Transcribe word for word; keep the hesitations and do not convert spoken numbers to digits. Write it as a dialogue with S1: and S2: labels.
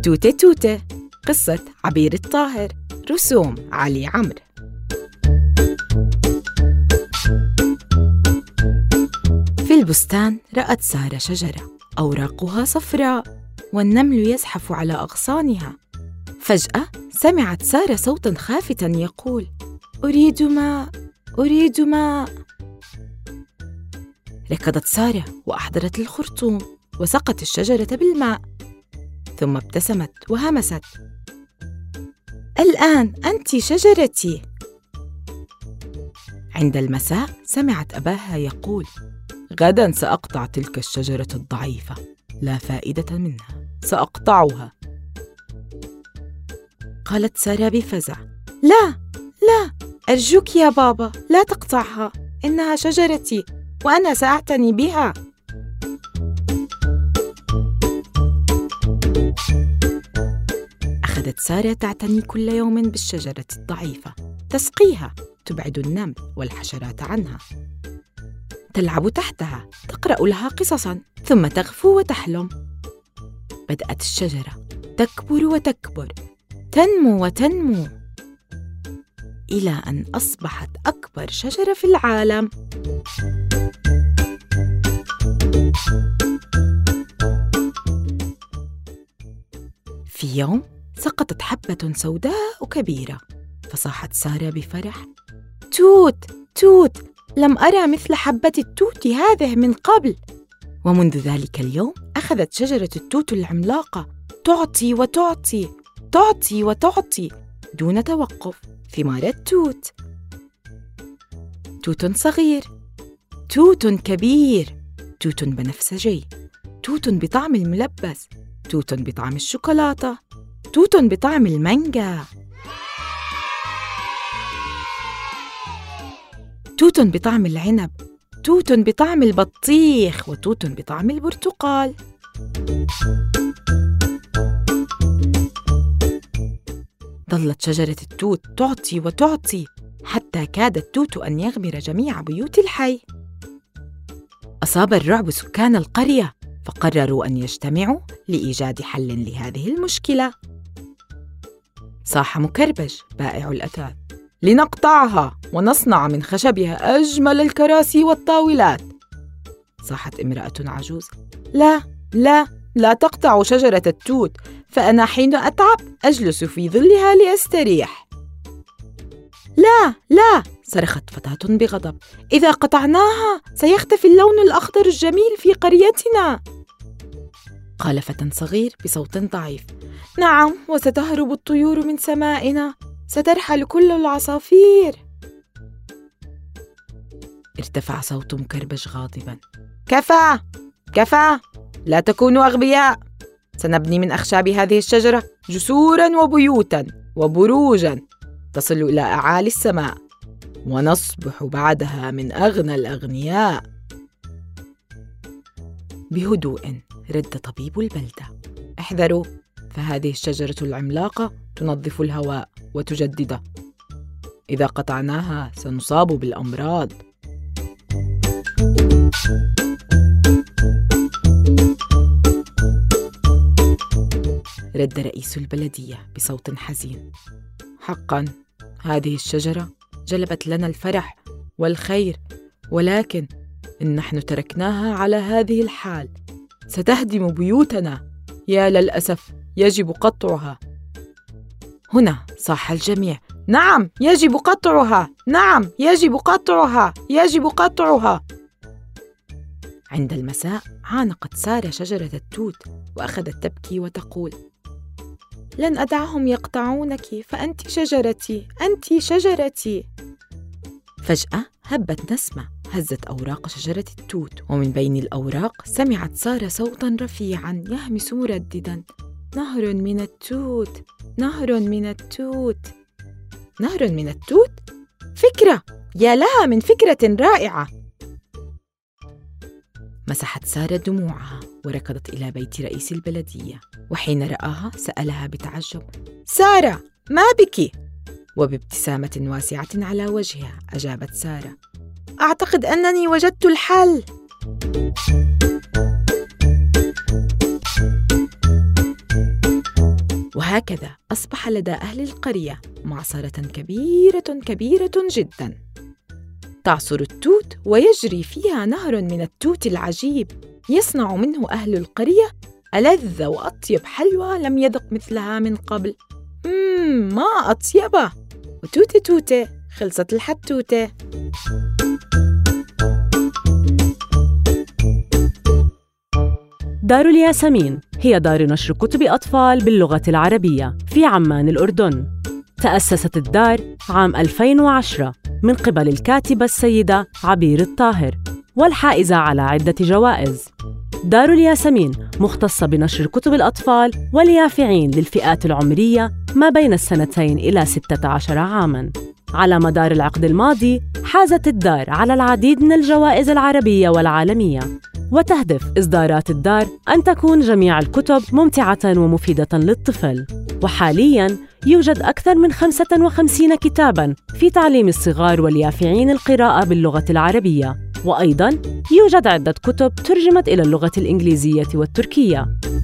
S1: توتة توتة، قصة عبير الطاهر، رسوم علي عمرو. في البستان رأت سارة شجرة أوراقها صفراء والنمل يزحف على أغصانها. فجأة سمعت سارة صوتاً خافتاً يقول: أريد ماء، أريد ماء. ركضت سارة وأحضرت الخرطوم وسقت الشجرة بالماء، ثم ابتسمت وهمست: الآن أنت شجرتي. عند المساء سمعت أباها يقول: غداً سأقطع تلك الشجرة الضعيفة، لا فائدة منها، سأقطعها. قالت سارة بفزع: لا لا، أرجوك يا بابا، لا تقطعها، إنها شجرتي وأنا سأعتني بها. أخذت سارة تعتني كل يوم بالشجرة الضعيفة، تسقيها، تبعد النمل والحشرات عنها، تلعب تحتها، تقرأ لها قصصاً، ثم تغفو وتحلم. بدأت الشجرة تكبر وتكبر، تنمو وتنمو، إلى أن أصبحت أكبر شجرة في العالم. في يوم سقطت حبة سوداء كبيرة، فصاحت سارة بفرح: توت توت، لم أرى مثل حبة التوت هذه من قبل. ومنذ ذلك اليوم أخذت شجرة التوت العملاقة تعطي وتعطي، تعطي وتعطي دون توقف ثمار التوت. توت صغير، توت كبير، توت بنفسجي، توت بطعم الملبس، توت بطعم الشوكولاتة، توت بطعم المانجا، توت بطعم العنب، توت بطعم البطيخ، وتوت بطعم البرتقال. ظلت شجرة التوت تعطي وتعطي حتى كاد التوت أن يغمر جميع بيوت الحي. أصاب الرعب سكان القرية، فقرروا أن يجتمعوا لإيجاد حل لهذه المشكلة. صاح مكربج بائع الأثاث: لنقطعها ونصنع من خشبها أجمل الكراسي والطاولات. صاحت امرأة عجوز: لا لا لا تقطعوا شجرة التوت، فأنا حين أتعب أجلس في ظلها لأستريح. لا لا، صرخت فتاة بغضب: إذا قطعناها سيختفي اللون الأخضر الجميل في قريتنا. قال فتى صغير بصوت ضعيف: نعم، وستهرب الطيور من سمائنا، سترحل كل العصافير. ارتفع صوت مكربج غاضباً: كفى كفى، لا تكونوا أغبياء، سنبني من أخشاب هذه الشجرة جسوراً وبيوتاً وبروجاً تصل إلى أعالي السماء، ونصبح بعدها من أغنى الأغنياء. بهدوء رد طبيب البلدة: احذروا، فهذه الشجرة العملاقة تنظف الهواء وتجدده، إذا قطعناها سنصاب بالأمراض. رد رئيس البلدية بصوت حزين: حقاً، هذه الشجرة جلبت لنا الفرح والخير، ولكن إن نحن تركناها على هذه الحال ستهدم بيوتنا، يا للأسف، يجب قطعها. هنا صاح الجميع: نعم، يجب قطعها، نعم، يجب قطعها، يجب قطعها. عند المساء عانقت سارة شجرة التوت وأخذت تبكي وتقول: لن أدعهم يقطعونك، فأنت شجرتي، أنت شجرتي. فجأة هبت نسمة هزت أوراق شجرة التوت، ومن بين الأوراق سمعت سارة صوتاً رفيعاً يهمس مردداً: نهر من التوت، نهر من التوت. نهر من التوت؟ فكرة! يا لها من فكرة رائعة! مسحت سارة دموعها وركضت إلى بيت رئيس البلدية، وحين رآها سألها بتعجب: سارة، ما بك؟ وبابتسامة واسعة على وجهها أجابت سارة: أعتقد أنني وجدت الحل. وهكذا أصبح لدى أهل القرية معصرة كبيرة كبيرة جداً تعصر التوت ويجري فيها نهر من التوت العجيب يصنع منه أهل القرية ألذ وأطيب حلوى لم يذق مثلها من قبل. مم ما أطيبه. وتوتة توتة خلصت الحتوتة.
S2: دار الياسمين هي دار نشر كتب أطفال باللغة العربية في عمان الأردن. تأسست الدار عام ألفين وعشرة من قبل الكاتبة السيدة عبير الطاهر والحائزة على عدة جوائز. دار الياسمين مختصة بنشر كتب الأطفال واليافعين للفئات العمرية ما بين السنتين إلى ستة عشر عاماً. على مدار العقد الماضي حازت الدار على العديد من الجوائز العربية والعالمية، وتهدف إصدارات الدار أن تكون جميع الكتب ممتعة ومفيدة للطفل. وحالياً يوجد أكثر من خمسة وخمسين كتاباً في تعليم الصغار واليافعين القراءة باللغة العربية، وأيضاً يوجد عدة كتب ترجمت إلى اللغة الإنجليزية والتركية.